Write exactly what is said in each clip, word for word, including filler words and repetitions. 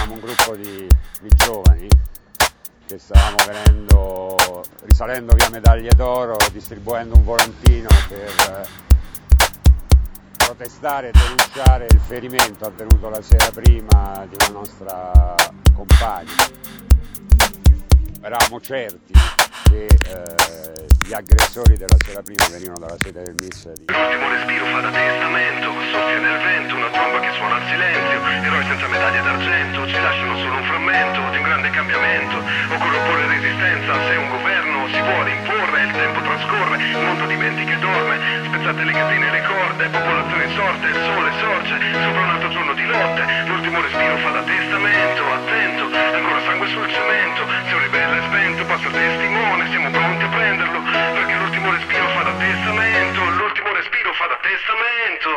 Eravamo un gruppo di, di giovani che stavamo venendo, risalendo via Medaglie d'Oro, distribuendo un volantino per protestare e denunciare il ferimento avvenuto la sera prima di una nostra compagna. Eravamo certi che eh, gli aggressori della sera prima venivano dalla sede del M I S di... L'ultimo respiro fa da testamento, soffia nel vento, una tromba che suona al silenzio, eroi senza medaglie d'argento, ci lasciano solo un frammento di un grande cambiamento. Occorre opporre resistenza, se un governo si vuole imporre, il tempo trascorre, il mondo dimentica e dorme, spezzate le catene e le corde, popolazione insorte, il sole sorge, sopra un altro giorno di lotte, l'ultimo respiro fa da testamento, attento, ancora sangue sul cemento, se un ribelle è spento passa il testimone, siamo pronti a prenderlo, perché l'ultimo respiro fa da testamento, l'ultimo respiro fa da testamento.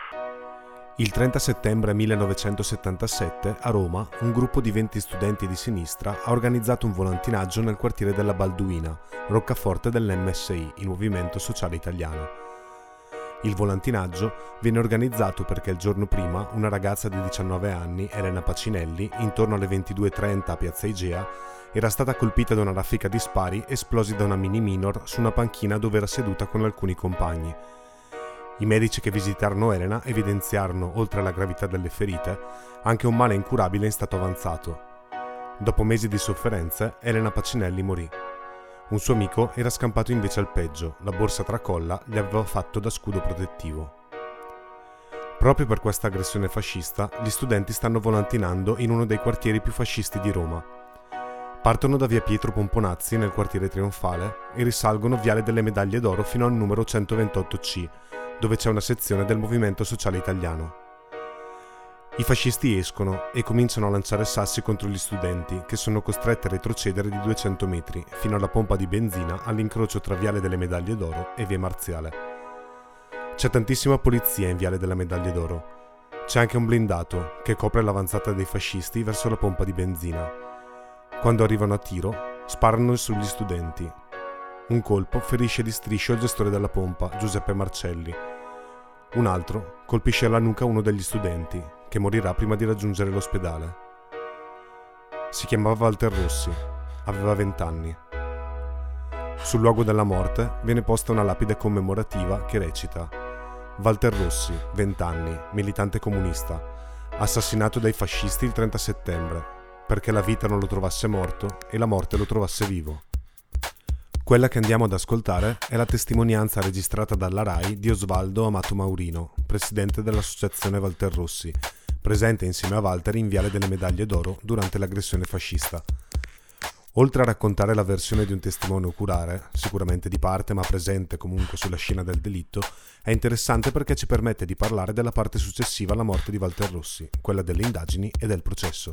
Il trenta settembre millenovecentosettantasette, a Roma, un gruppo di venti studenti di sinistra ha organizzato un volantinaggio nel quartiere della Balduina, roccaforte dell'M S I, il Movimento Sociale Italiano. Il volantinaggio viene organizzato perché il giorno prima una ragazza di diciannove anni, Elena Pacinelli, intorno alle ventidue e trenta a Piazza Igea, era stata colpita da una raffica di spari esplosi da una mini minor su una panchina dove era seduta con alcuni compagni. I medici che visitarono Elena evidenziarono, oltre alla gravità delle ferite, anche un male incurabile in stato avanzato. Dopo mesi di sofferenze, Elena Pacinelli morì. Un suo amico era scampato invece al peggio, la borsa tracolla gli aveva fatto da scudo protettivo. Proprio per questa aggressione fascista, gli studenti stanno volantinando in uno dei quartieri più fascisti di Roma. Partono da via Pietro Pomponazzi nel quartiere Trionfale e risalgono viale delle Medaglie d'Oro fino al numero centoventotto C, dove c'è una sezione del Movimento Sociale Italiano. I fascisti escono e cominciano a lanciare sassi contro gli studenti, che sono costretti a retrocedere di duecento metri, fino alla pompa di benzina all'incrocio tra Viale delle Medaglie d'Oro e via Marziale. C'è tantissima polizia in Viale delle Medaglie d'Oro. C'è anche un blindato che copre l'avanzata dei fascisti verso la pompa di benzina. Quando arrivano a tiro, sparano sugli studenti. Un colpo ferisce di striscio il gestore della pompa, Giuseppe Marcelli. Un altro colpisce alla nuca uno degli studenti, che morirà prima di raggiungere l'ospedale. Si chiamava Walter Rossi, aveva vent'anni. Sul luogo della morte viene posta una lapide commemorativa che recita: Walter Rossi, vent'anni, militante comunista, assassinato dai fascisti il trenta settembre, perché la vita non lo trovasse morto e la morte lo trovasse vivo. Quella che andiamo ad ascoltare è la testimonianza registrata dalla RAI di Osvaldo Amato Maurino, presidente dell'associazione Walter Rossi, presente insieme a Walter in Viale delle Medaglie d'Oro durante l'aggressione fascista. Oltre a raccontare la versione di un testimone oculare, sicuramente di parte ma presente comunque sulla scena del delitto, è interessante perché ci permette di parlare della parte successiva alla morte di Walter Rossi, quella delle indagini e del processo.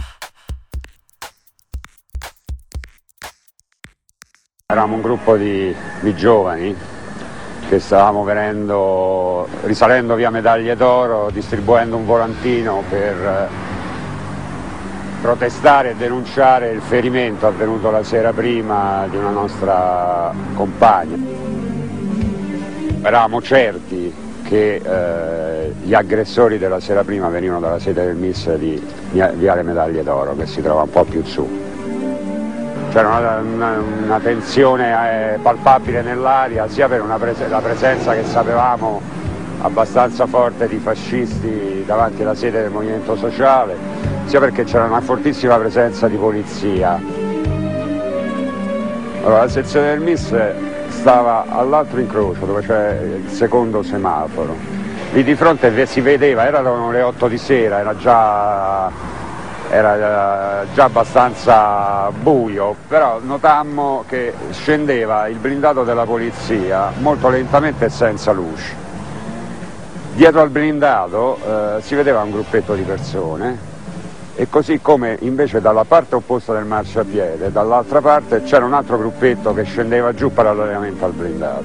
Eravamo un gruppo di, di giovani che stavamo venendo, risalendo via Medaglie d'Oro, distribuendo un volantino per protestare e denunciare il ferimento avvenuto la sera prima di una nostra compagna. Eravamo certi che eh, gli aggressori della sera prima venivano dalla sede del M I S di Viale Medaglie d'Oro, che si trova un po' più su. C'era una, una, una tensione eh, palpabile nell'aria, sia per una prese- la presenza che sapevamo abbastanza forte di fascisti davanti alla sede del Movimento Sociale, sia perché c'era una fortissima presenza di polizia. Allora, la sezione del M I S stava all'altro incrocio, dove c'è il secondo semaforo. Lì di fronte si vedeva, erano le otto di sera, era già... era già abbastanza buio, però notammo che scendeva il blindato della polizia molto lentamente e senza luci. Dietro al blindato eh, si vedeva un gruppetto di persone e così come invece dalla parte opposta del marciapiede, dall'altra parte c'era un altro gruppetto che scendeva giù parallelamente al blindato.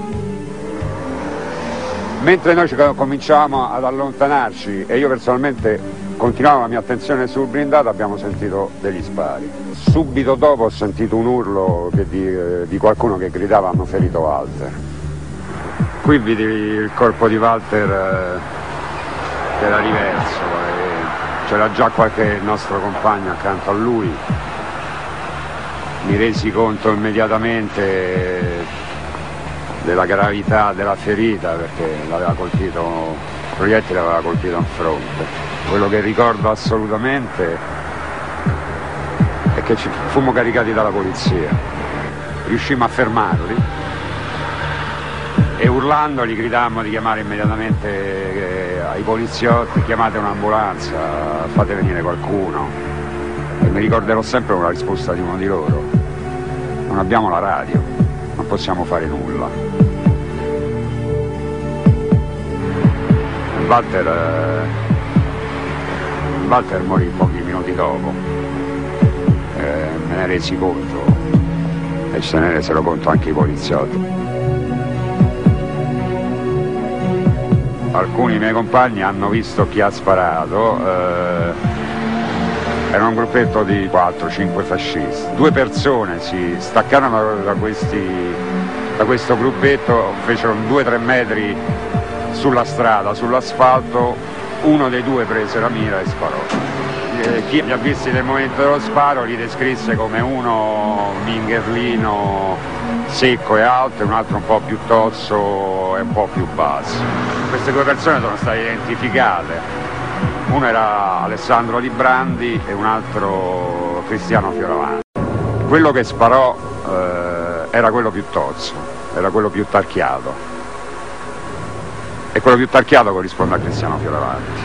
Mentre noi cominciavamo ad allontanarci e io personalmente continuavo la mia attenzione sul blindato, abbiamo sentito degli spari. Subito dopo ho sentito un urlo che di, eh, di qualcuno che gridava: hanno ferito Walter. Qui vidi il corpo di Walter eh, che era diverso, e c'era già qualche nostro compagno accanto a lui. Mi resi conto immediatamente della gravità della ferita, perché l'aveva colpito, il proiettile aveva colpito in fronte. Quello che ricordo assolutamente è che ci fummo caricati dalla polizia, riuscimmo a fermarli e urlando gli gridammo di chiamare immediatamente eh, ai poliziotti: chiamate un'ambulanza, fate venire qualcuno. E mi ricorderò sempre una risposta di uno di loro: non abbiamo la radio, non possiamo fare nulla. Walter, eh, Walter morì pochi minuti dopo, eh, me ne resi conto e se ne resero conto anche i poliziotti. Alcuni miei compagni hanno visto chi ha sparato, eh, era un gruppetto di quattro cinque fascisti. Due persone si staccarono da, questi, da questo gruppetto, fecero due tre metri sulla strada, sull'asfalto, uno dei due prese la mira e sparò. Eh, chi li ha visti nel momento dello sparo li descrisse come uno mingherlino secco e alto e un altro un po' più tozzo e un po' più basso. Queste due persone sono state identificate, uno era Alessandro Librandi e un altro Cristiano Fioravanti. Quello che sparò eh, era quello più tozzo, era quello più tarchiato. E quello più tarchiato corrisponde a Cristiano Fioravanti.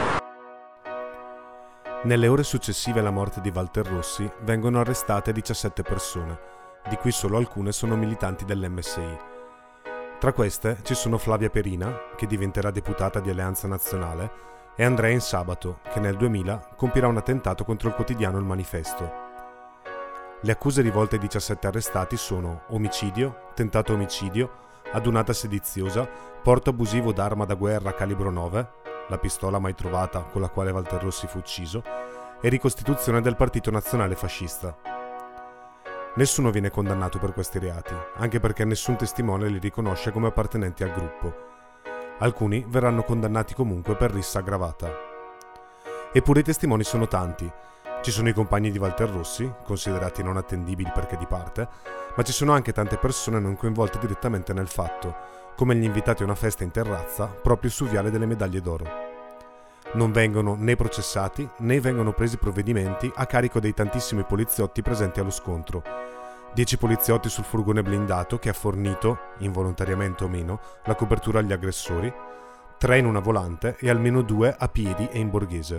Nelle ore successive alla morte di Walter Rossi vengono arrestate diciassette persone, di cui solo alcune sono militanti dell'M S I. Tra queste ci sono Flavia Perina, che diventerà deputata di Alleanza Nazionale, e Andrea Insabato, che nel duemila compirà un attentato contro il quotidiano Il Manifesto. Le accuse rivolte ai diciassette arrestati sono omicidio, tentato omicidio, adunata sediziosa, porto abusivo d'arma da guerra calibro nove, la pistola mai trovata con la quale Walter Rossi fu ucciso, e ricostituzione del Partito Nazionale Fascista. Nessuno viene condannato per questi reati, anche perché nessun testimone li riconosce come appartenenti al gruppo. Alcuni verranno condannati comunque per rissa aggravata. Eppure i testimoni sono tanti. Ci sono i compagni di Walter Rossi, considerati non attendibili perché di parte, ma ci sono anche tante persone non coinvolte direttamente nel fatto, come gli invitati a una festa in terrazza proprio su Viale delle Medaglie d'Oro. Non vengono né processati né vengono presi provvedimenti a carico dei tantissimi poliziotti presenti allo scontro. Dieci poliziotti sul furgone blindato che ha fornito, involontariamente o meno, la copertura agli aggressori, tre in una volante e almeno due a piedi e in borghese.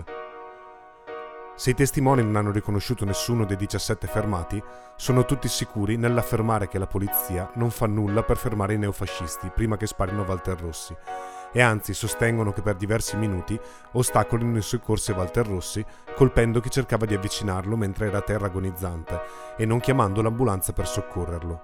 Se i testimoni non hanno riconosciuto nessuno dei diciassette fermati, sono tutti sicuri nell'affermare che la polizia non fa nulla per fermare i neofascisti prima che sparino Walter Rossi, e anzi sostengono che per diversi minuti ostacolino i soccorsi a Walter Rossi, colpendo chi cercava di avvicinarlo mentre era a terra agonizzante e non chiamando l'ambulanza per soccorrerlo.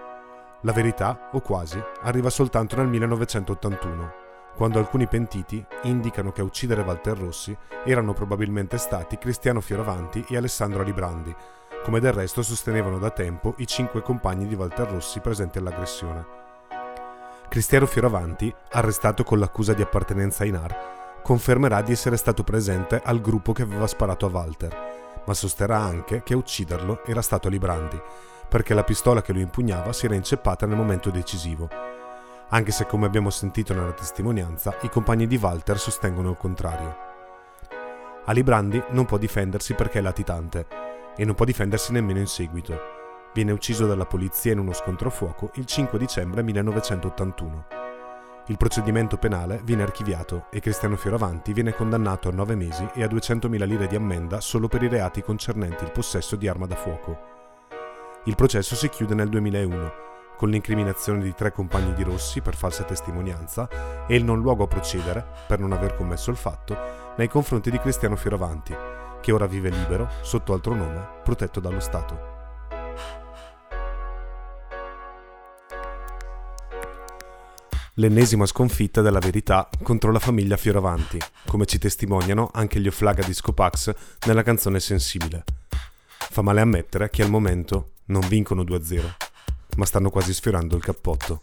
La verità, o quasi, arriva soltanto nel millenovecentottantuno, quando alcuni pentiti indicano che a uccidere Walter Rossi erano probabilmente stati Cristiano Fioravanti e Alessandro Librandi, come del resto sostenevano da tempo i cinque compagni di Walter Rossi presenti all'aggressione. Cristiano Fioravanti, arrestato con l'accusa di appartenenza ai N A R, confermerà di essere stato presente al gruppo che aveva sparato a Walter, ma sosterrà anche che a ucciderlo era stato Librandi, perché la pistola che lo impugnava si era inceppata nel momento decisivo, anche se, come abbiamo sentito nella testimonianza, i compagni di Walter sostengono il contrario. A Librandi non può difendersi perché è latitante, e non può difendersi nemmeno in seguito. Viene ucciso dalla polizia in uno scontro a fuoco il cinque dicembre millenovecentottantuno. Il procedimento penale viene archiviato e Cristiano Fioravanti viene condannato a nove mesi e a duecentomila lire di ammenda solo per i reati concernenti il possesso di arma da fuoco. Il processo si chiude nel duemilauno, con l'incriminazione di tre compagni di Rossi per falsa testimonianza e il non luogo a procedere, per non aver commesso il fatto, nei confronti di Cristiano Fioravanti, che ora vive libero, sotto altro nome, protetto dallo Stato. L'ennesima sconfitta della verità contro la famiglia Fioravanti, come ci testimoniano anche gli Oflaga Disco Pax nella canzone Sensibile. Fa male ammettere che al momento non vincono due a zero, ma stanno quasi sfiorando il cappotto.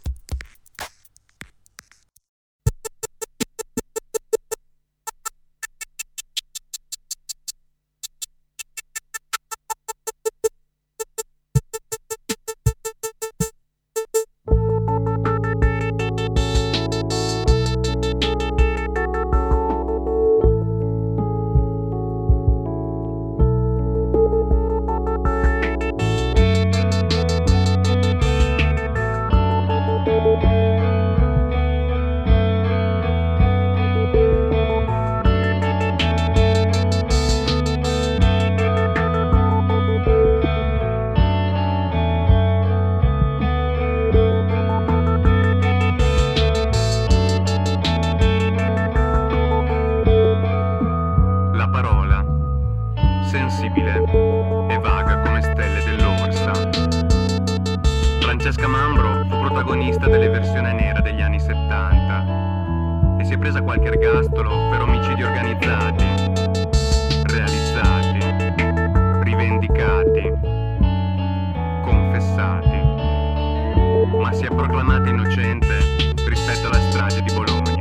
Francesca Mambro fu protagonista delle versioni nera degli anni settanta e si è presa qualche ergastolo per omicidi organizzati, realizzati, rivendicati, confessati, ma si è proclamata innocente rispetto alla strage di Bologna.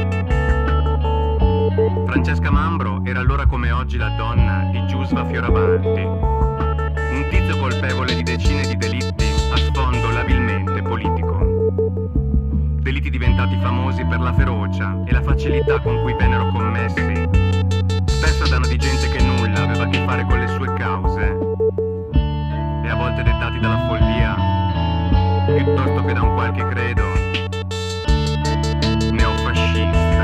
Francesca Mambro era allora come oggi la donna di Giusva Fioravanti, un tizio colpevole di decine di delitti a sfondo labilmente politico. Delitti diventati famosi per la ferocia e la facilità con cui vennero commessi, spesso a danno di gente che nulla aveva a che fare con le sue cause e a volte dettati dalla follia piuttosto che da un qualche credo neofascista.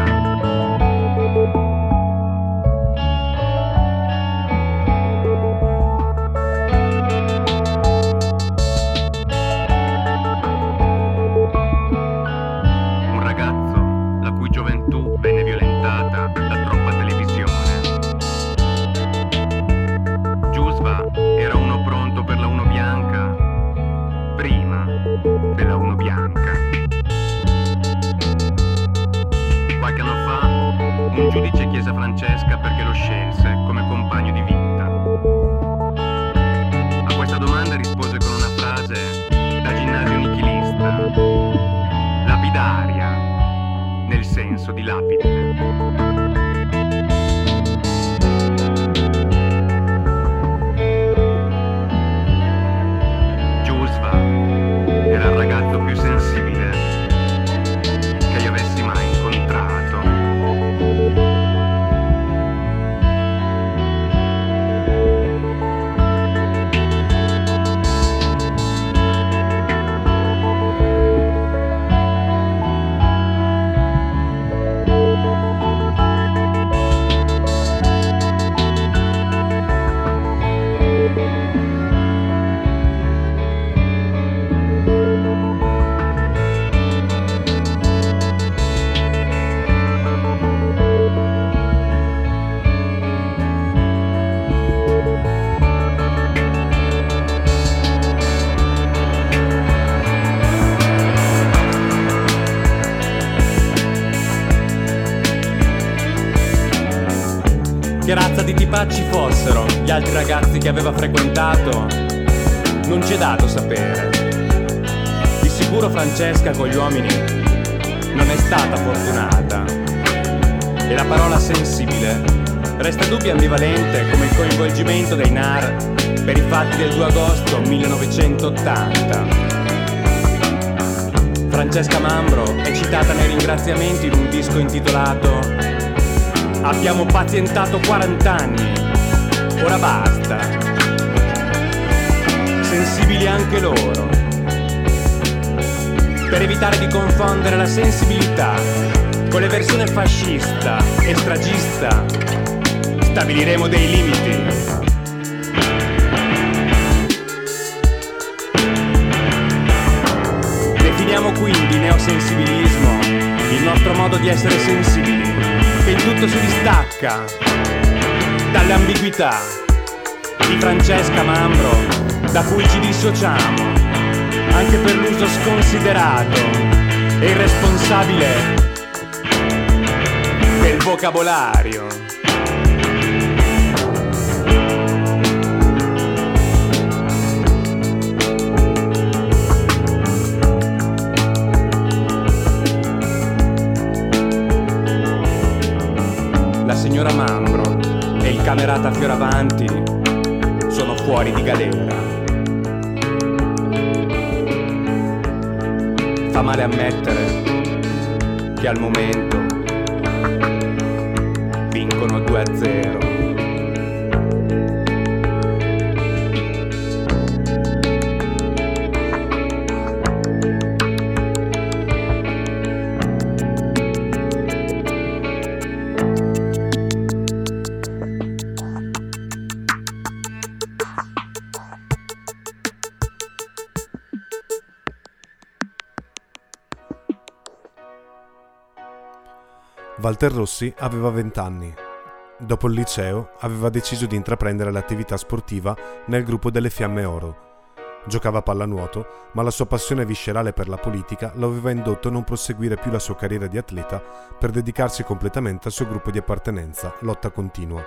Un giudice chiese a Francesca perché lo scelse come compagno di vita. A questa domanda rispose con una frase da ginnasio nichilista, lapidaria, nel senso di lapide. Era il ragazzo più sensibile che io avessi mai incontrato. Che razza di tipacci fossero gli altri ragazzi che aveva frequentato non c'è dato sapere. Di sicuro Francesca con gli uomini non è stata fortunata e la parola sensibile resta dubbia e ambivalente come il coinvolgimento dei N A R per i fatti del due agosto millenovecentottanta. Francesca Mambro è citata nei ringraziamenti in un disco intitolato "Abbiamo pazientato quaranta anni, ora basta". Sensibili anche loro. Per evitare di confondere la sensibilità con le versioni fascista e stragista, stabiliremo dei limiti. Definiamo quindi neosensibilismo il nostro modo di essere sensibili, che in tutto si distacca dalle ambiguità di Francesca Mambro, da cui ci dissociamo anche per l'uso sconsiderato e irresponsabile del vocabolario. La signora Mambro e il camerata Fioravanti sono fuori di galera. Fa male ammettere che al momento vincono due a zero. Walter Rossi aveva venti anni. Dopo il liceo aveva deciso di intraprendere l'attività sportiva nel gruppo delle Fiamme Oro. Giocava a pallanuoto, ma la sua passione viscerale per la politica lo aveva indotto a non proseguire più la sua carriera di atleta per dedicarsi completamente al suo gruppo di appartenenza, Lotta Continua.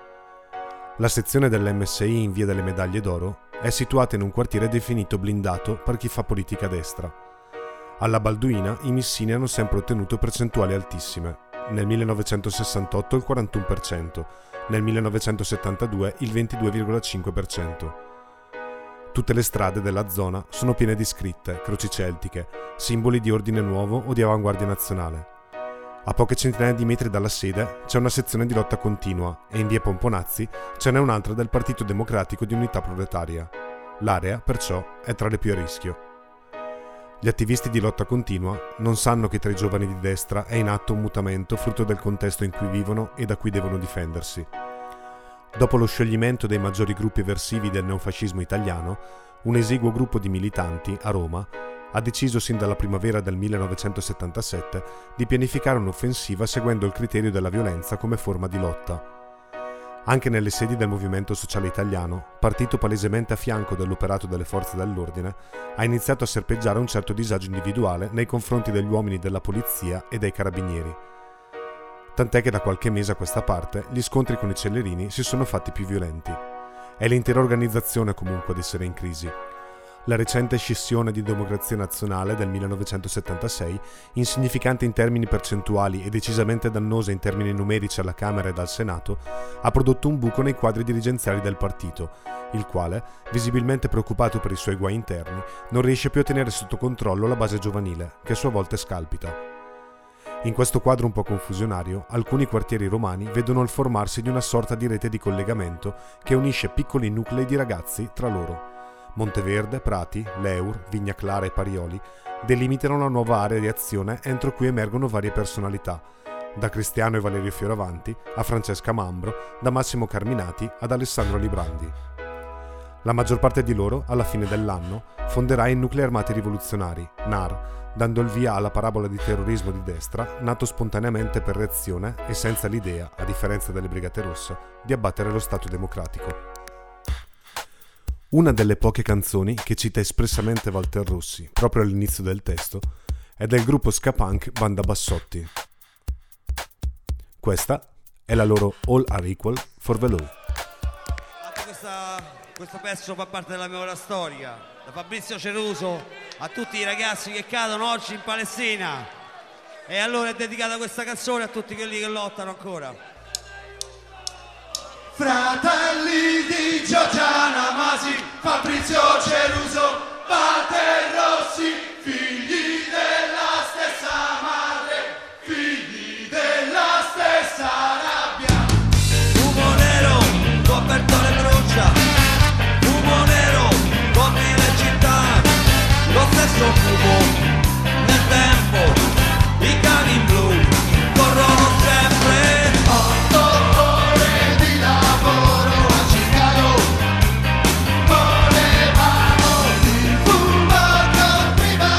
La sezione dell'M S I in Via delle Medaglie d'Oro è situata in un quartiere definito blindato per chi fa politica a destra. Alla Balduina i missini hanno sempre ottenuto percentuali altissime. Nel millenovecentosessantotto il quarantuno per cento, nel millenovecentosettantadue il ventidue virgola cinque per cento. Tutte le strade della zona sono piene di scritte, croci celtiche, simboli di ordine nuovo o di avanguardia nazionale. A poche centinaia di metri dalla sede c'è una sezione di Lotta Continua e in via Pomponazzi ce n'è un'altra del Partito Democratico di Unità Proletaria. L'area, perciò, è tra le più a rischio. Gli attivisti di Lotta Continua non sanno che tra i giovani di destra è in atto un mutamento frutto del contesto in cui vivono e da cui devono difendersi. Dopo lo scioglimento dei maggiori gruppi eversivi del neofascismo italiano, un esiguo gruppo di militanti, a Roma, ha deciso sin dalla primavera del millenovecentosettantasette di pianificare un'offensiva seguendo il criterio della violenza come forma di lotta. Anche nelle sedi del Movimento Sociale Italiano, partito palesemente a fianco dell'operato delle forze dell'ordine, ha iniziato a serpeggiare un certo disagio individuale nei confronti degli uomini della polizia e dei carabinieri. Tant'è che da qualche mese a questa parte gli scontri con i cellerini si sono fatti più violenti. È l'intera organizzazione comunque ad essere in crisi. La recente scissione di Democrazia Nazionale del millenovecentosettantasei, insignificante in termini percentuali e decisamente dannosa in termini numerici alla Camera ed al Senato, ha prodotto un buco nei quadri dirigenziali del partito, il quale, visibilmente preoccupato per i suoi guai interni, non riesce più a tenere sotto controllo la base giovanile, che a sua volta scalpita. In questo quadro un po' confusionario, alcuni quartieri romani vedono il formarsi di una sorta di rete di collegamento che unisce piccoli nuclei di ragazzi tra loro. Monteverde, Prati, Leur, Vigna Clara e Parioli delimitano la nuova area di azione entro cui emergono varie personalità, da Cristiano e Valerio Fioravanti a Francesca Mambro, da Massimo Carminati ad Alessandro Librandi. La maggior parte di loro, alla fine dell'anno, fonderà in Nuclei Armati Rivoluzionari, N A R, dando il via alla parabola di terrorismo di destra, nato spontaneamente per reazione e senza l'idea, a differenza delle Brigate Rosse, di abbattere lo Stato democratico. Una delle poche canzoni che cita espressamente Walter Rossi, proprio all'inizio del testo, è del gruppo ska punk Banda Bassotti. Questa è la loro All Are Equal for the Law. Anche questa, questo pezzo fa parte della mia storia, da Fabrizio Ceruso a tutti i ragazzi che cadono oggi in Palestina. E allora è dedicata questa canzone a tutti quelli che lottano ancora. Fratelli di Giorgiana Masi, Fabrizio Ceruso, Walter Rossi, figli della stessa madre, figli della stessa rabbia. Fumo nero, tu aperto le broccia, fumo nero, torni le città, lo stesso fumo nel tempo, i cani blu corrono sempre. Volevamo il fumo con prima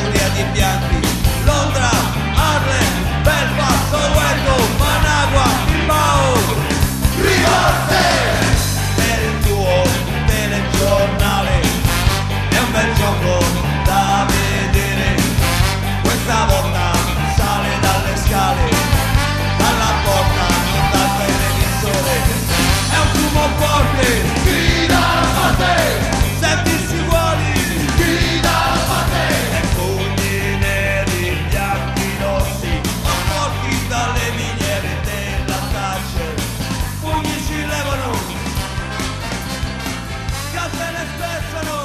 furia di bianchi. Londra, Harlem, Belfast, Soweto, Managua, Bilbao, Rivolte. Per il tuo telegiornale è un bel gioco da vedere. Questa volta sale dalle scale, dalla porta, non dal televisore. È un fumo forte, grida la parte. Sentirsi uguali, grida la parte. E pugni neri, bianchi, rossi, sporchi dalle miniere della Thatcher. Pugni ci levano, catene spezzano.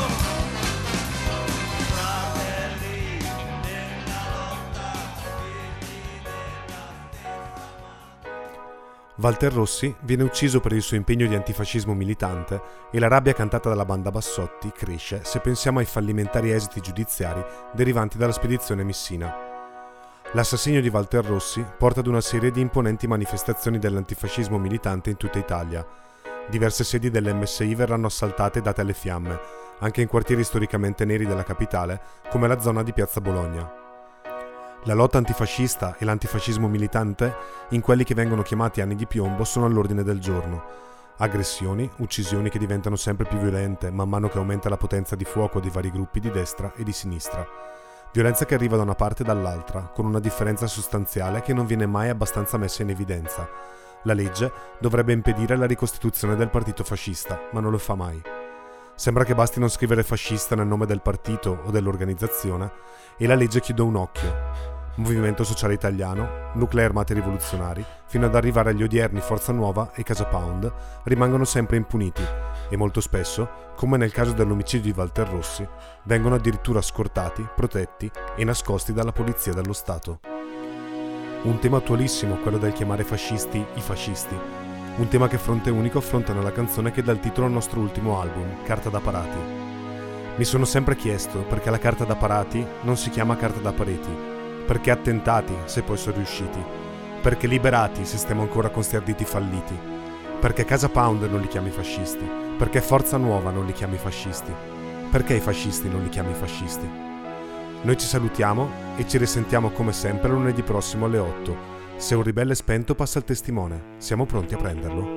Fratelli nella lotta, figli della stessa madre. Walter Rossi viene ucciso per il suo impegno di antifascismo militante e la rabbia cantata dalla banda Bassotti cresce se pensiamo ai fallimentari esiti giudiziari derivanti dalla spedizione Messina. L'assassinio di Walter Rossi porta ad una serie di imponenti manifestazioni dell'antifascismo militante in tutta Italia. Diverse sedi dell'M S I verranno assaltate e date alle fiamme, anche in quartieri storicamente neri della capitale, come la zona di Piazza Bologna. La lotta antifascista e l'antifascismo militante, in quelli che vengono chiamati anni di piombo, sono all'ordine del giorno. Aggressioni, uccisioni che diventano sempre più violente man mano che aumenta la potenza di fuoco dei vari gruppi di destra e di sinistra. Violenza che arriva da una parte e dall'altra, con una differenza sostanziale che non viene mai abbastanza messa in evidenza. La legge dovrebbe impedire la ricostituzione del partito fascista, ma non lo fa mai. Sembra che basti non scrivere fascista nel nome del partito o dell'organizzazione e la legge chiude un occhio. Movimento Sociale Italiano, Nuclei Armati Rivoluzionari, fino ad arrivare agli odierni Forza Nuova e Casa Pound, rimangono sempre impuniti e molto spesso, come nel caso dell'omicidio di Walter Rossi, vengono addirittura scortati, protetti e nascosti dalla polizia dello Stato. Un tema attualissimo quello del chiamare fascisti i fascisti, un tema che Fronte Unico affronta nella canzone che dà il titolo al nostro ultimo album, Carta da Parati. Mi sono sempre chiesto perché la carta da parati non si chiama carta da pareti, perché attentati se poi sono riusciti, perché liberati se stiamo ancora con sti arditi falliti, perché Casa Pound non li chiami fascisti, perché Forza Nuova non li chiami fascisti, perché i fascisti non li chiami fascisti. Noi ci salutiamo e ci risentiamo come sempre lunedì prossimo alle otto. Se un ribelle spento passa il testimone, siamo pronti a prenderlo.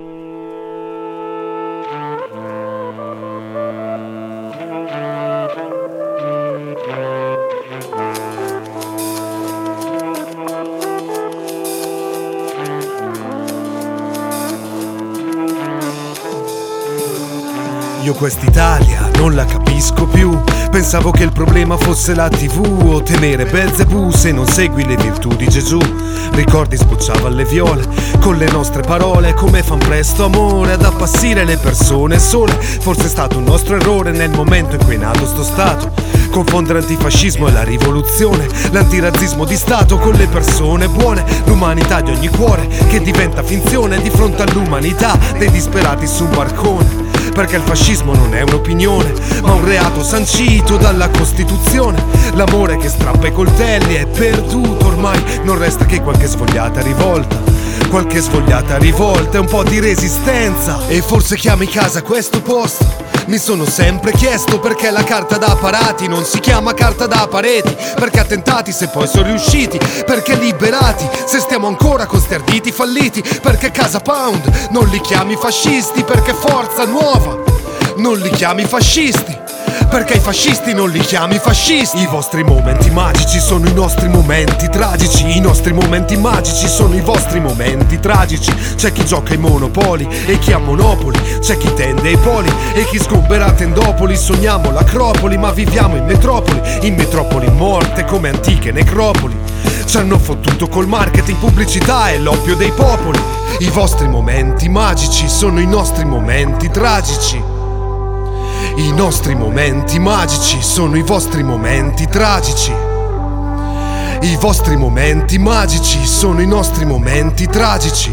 Io quest'Italia non la capisco più. Pensavo che il problema fosse la tivù o temere Belzebù se non segui le virtù di Gesù. Ricordi sbocciava alle viole con le nostre parole, come fan presto amore ad appassire le persone sole. Forse è stato un nostro errore nel momento in cui è nato sto stato, confondere antifascismo e la rivoluzione, l'antirazzismo di Stato con le persone buone, l'umanità di ogni cuore che diventa finzione di fronte all'umanità dei disperati su un barcone. Perché il fascismo non è un'opinione, ma un reato sancito dalla Costituzione. L'amore che strappa i coltelli è perduto ormai, non resta che qualche svogliata rivolta, qualche svogliata rivolta e un po' di resistenza. E forse chiami casa questo posto. Mi sono sempre chiesto perché la carta da parati non si chiama carta da pareti, perché attentati se poi sono riusciti, perché liberati se stiamo ancora con sti arditi falliti, perché Casa Pound non li chiami fascisti, perché Forza Nuova non li chiami fascisti, perché i fascisti non li chiami fascisti. I vostri momenti magici sono i nostri momenti tragici, i nostri momenti magici sono i vostri momenti tragici. C'è chi gioca ai monopoli e chi ha monopoli, c'è chi tende ai poli e chi sgombera tendopoli. Sogniamo l'acropoli ma viviamo in metropoli, in metropoli morte come antiche necropoli. Ci hanno fottuto col marketing, pubblicità e l'oppio dei popoli. I vostri momenti magici sono i nostri momenti tragici. I nostri momenti magici sono i vostri momenti tragici. I vostri momenti magici sono i nostri momenti tragici.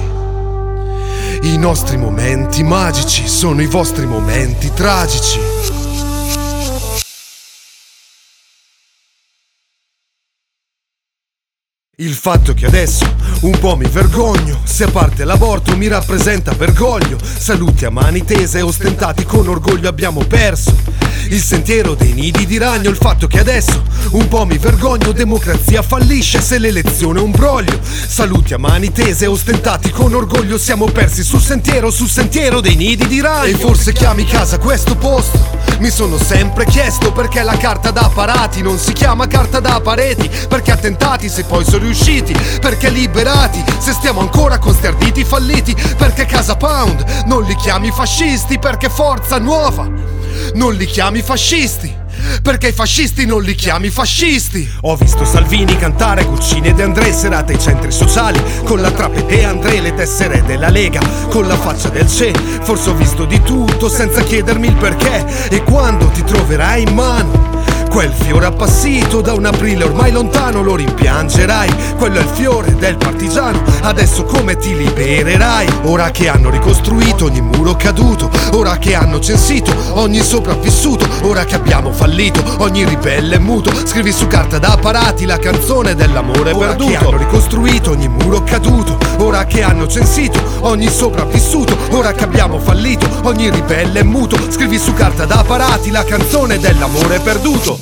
I nostri momenti magici sono i vostri momenti tragici. Il fatto che adesso un po' mi vergogno, se a parte l'aborto mi rappresenta Bergoglio. Saluti a mani tese, ostentati con orgoglio abbiamo perso il sentiero dei nidi di ragno. Il fatto che adesso un po' mi vergogno, democrazia fallisce se l'elezione è un broglio. Saluti a mani tese, ostentati con orgoglio, siamo persi sul sentiero, sul sentiero dei nidi di ragno. E forse chiami casa questo posto, mi sono sempre chiesto perché la carta da parati non si chiama carta da pareti, perché attentati se poi sono riusciti, perché liberati se stiamo ancora con sti arditi falliti, perché Casa Pound non li chiami fascisti, perché Forza Nuova non li chiami fascisti, perché i fascisti non li chiami fascisti. Ho visto Salvini cantare Guccini ed André, serate ai centri sociali con la Trape e André, le tessere della Lega con la faccia del C. Forse ho visto di tutto senza chiedermi il perché, e quando ti troverai in mano quel fiore appassito da un aprile ormai lontano, lo rimpiangerai. Quello è il fiore del partigiano, adesso come ti libererai? Ora che hanno ricostruito ogni muro caduto, ora che hanno censito ogni sopravvissuto, ora che abbiamo fallito ogni ribelle muto, scrivi su carta da parati la canzone dell'amore ora perduto. Ora che hanno ricostruito ogni muro caduto, ora che hanno censito ogni sopravvissuto, ora che abbiamo fallito ogni ribelle muto, scrivi su carta da parati la canzone dell'amore perduto.